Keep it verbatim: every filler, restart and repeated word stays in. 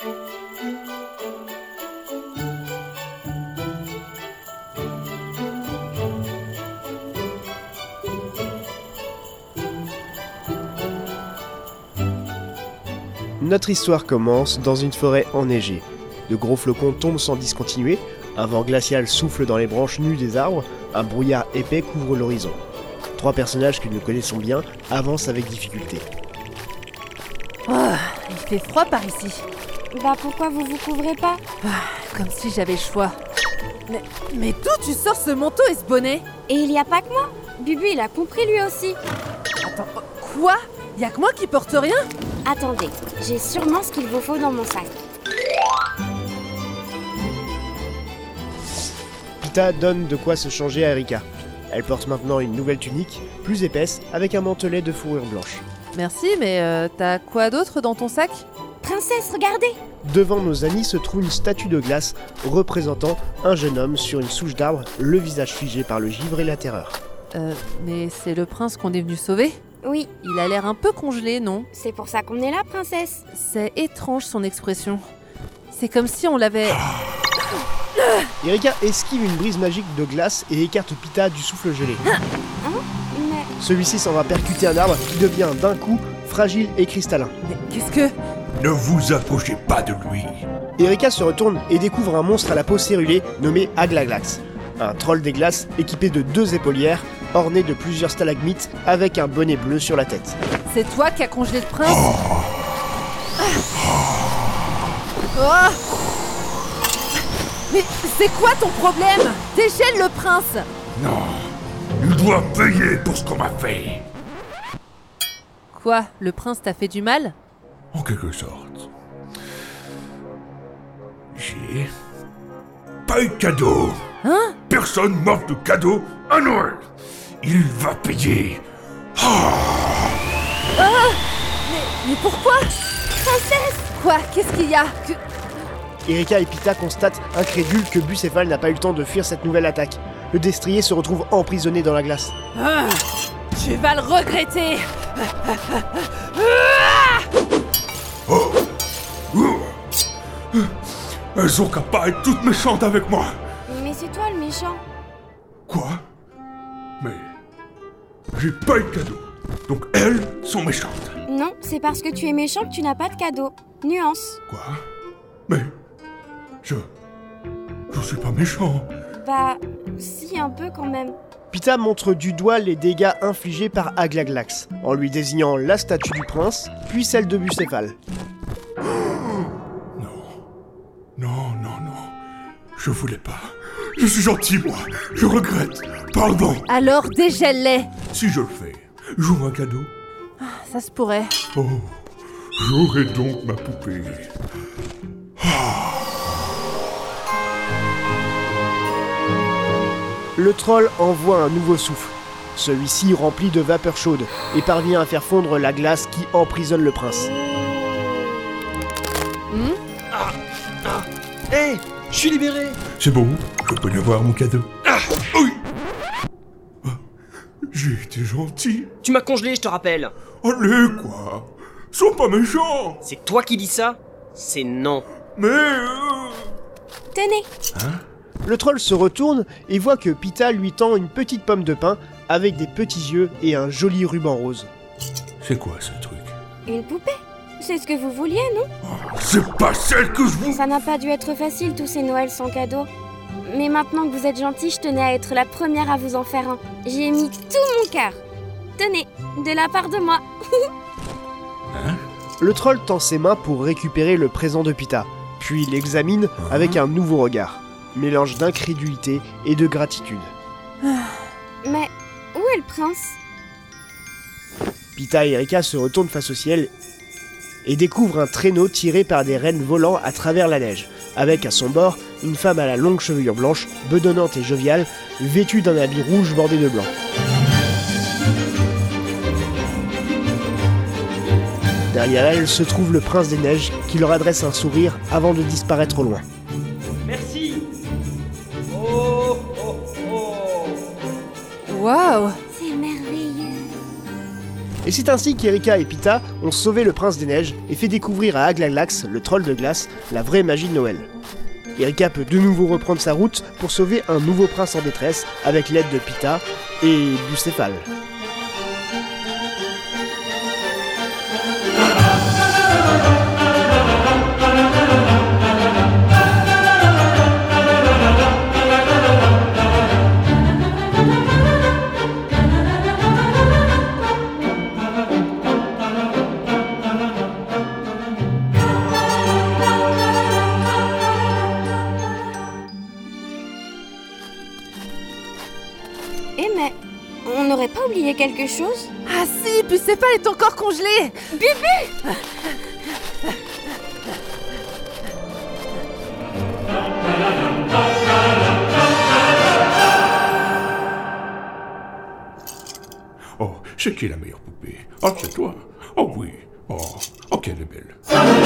Notre histoire commence dans une forêt enneigée. De gros flocons tombent sans discontinuer, un vent glacial souffle dans les branches nues des arbres, un brouillard épais couvre l'horizon. Trois personnages que nous connaissons bien avancent avec difficulté. Oh, il fait froid par ici. Bah pourquoi vous vous couvrez pas? Ah, comme si j'avais le choix. Mais, mais d'où tu sors ce manteau et ce bonnet? Et il y a pas que moi. Bubu il a compris lui aussi. Attends, quoi? Y'a que moi qui porte rien? Attendez, j'ai sûrement ce qu'il vous faut dans mon sac. Pita donne de quoi se changer à Erika. Elle porte maintenant une nouvelle tunique, plus épaisse, avec un mantelet de fourrure blanche. Merci, mais euh, t'as quoi d'autre dans ton sac? Princesse, regardez! Devant nos amis se trouve une statue de glace représentant un jeune homme sur une souche d'arbre, le visage figé par le givre et la terreur. Euh, mais c'est le prince qu'on est venu sauver? Oui. Il a l'air un peu congelé, non? C'est pour ça qu'on est là, princesse. C'est étrange son expression. C'est comme si on l'avait... Erika esquive une brise magique de glace et écarte Pita du souffle gelé. Hein? Mais... Celui-ci s'en va percuter un arbre qui devient d'un coup fragile et cristallin. Mais qu'est-ce que... Ne vous approchez pas de lui. Erika se retourne et découvre un monstre à la peau cérulée nommé Aglaglax. Un troll des glaces équipé de deux épaulières, orné de plusieurs stalagmites avec un bonnet bleu sur la tête. C'est toi qui as congelé le prince? Oh. Mais c'est quoi ton problème? Dégèle le prince! Non, il doit payer pour ce qu'on m'a fait. Quoi? Le prince t'a fait du mal? En quelque sorte. J'ai... pas eu de cadeau. Hein? Personne m'offre de cadeau à Noël. Il va payer. Ah! Mais, mais pourquoi? Princesse! Quoi? Qu'est-ce qu'il y a? Que... Erika et Pita constatent, incrédules, que Bucéphale n'a pas eu le temps de fuir cette nouvelle attaque. Le destrier se retrouve emprisonné dans la glace. Ah, tu vas le regretter. Oh. Oh. Elles ont qu'à pas être toutes méchantes avec moi. Mais c'est toi le méchant. Quoi? Mais... j'ai pas eu de cadeau. Donc elles sont méchantes. Non, c'est parce que tu es méchant que tu n'as pas de cadeau. Nuance. Quoi? Mais... Je... je suis pas méchant. Bah... si, un peu quand même. Pita montre du doigt les dégâts infligés par Aglaglax, en lui désignant la statue du prince, puis celle de Bucéphale. Non. Non, non, non. Je voulais pas. Je suis gentil, moi. Je regrette. Pardon. Alors dégèle-les. Si je le fais, j'ouvre un cadeau. Ça se pourrait. Oh, j'aurai donc ma poupée. Le troll envoie un nouveau souffle. Celui-ci, rempli de vapeur chaude, et parvient à faire fondre la glace qui emprisonne le prince. Hmm? Ah, ah, hé, je suis libéré. C'est bon, je peux y avoir mon cadeau. Ah, oui. Ah, j'ai été gentil. Tu m'as congelé, je te rappelle. Allez, quoi. Sois pas méchant. C'est toi qui dis ça? C'est non. Mais... Euh... Tenez. Hein? Le troll se retourne et voit que Pita lui tend une petite pomme de pin avec des petits yeux et un joli ruban rose. C'est quoi ce truc? Une poupée. C'est ce que vous vouliez, non? Oh, c'est pas celle que je vous... Ça n'a pas dû être facile tous ces Noëls sans cadeau. Mais maintenant que vous êtes gentil, je tenais à être la première à vous en faire un. J'y ai mis tout mon cœur. Tenez, de la part de moi. Hein? Le troll tend ses mains pour récupérer le présent de Pita, puis l'examine avec un nouveau regard. Mélange d'incrédulité et de gratitude. Mais où est le prince? Pita et Erika se retournent face au ciel et découvrent un traîneau tiré par des rennes volant à travers la neige, avec à son bord une femme à la longue chevelure blanche, bedonnante et joviale, vêtue d'un habit rouge bordé de blanc. Derrière elle se trouve le prince des neiges qui leur adresse un sourire avant de disparaître au loin. Merci. Oh, oh, oh. Waouh! C'est merveilleux. Et c'est ainsi qu'Erika et Pita ont sauvé le prince des neiges et fait découvrir à Aglaglax, le troll de glace, la vraie magie de Noël. Erika peut de nouveau reprendre sa route pour sauver un nouveau prince en détresse avec l'aide de Pita et Bucéphale. Eh mais, on n'aurait pas oublié quelque chose? Ah si, Bucéphale est encore congelé. Bubu! Oh, c'est qui la meilleure poupée? Oh, c'est toi. Oh oui. Oh, oh qu'elle est belle.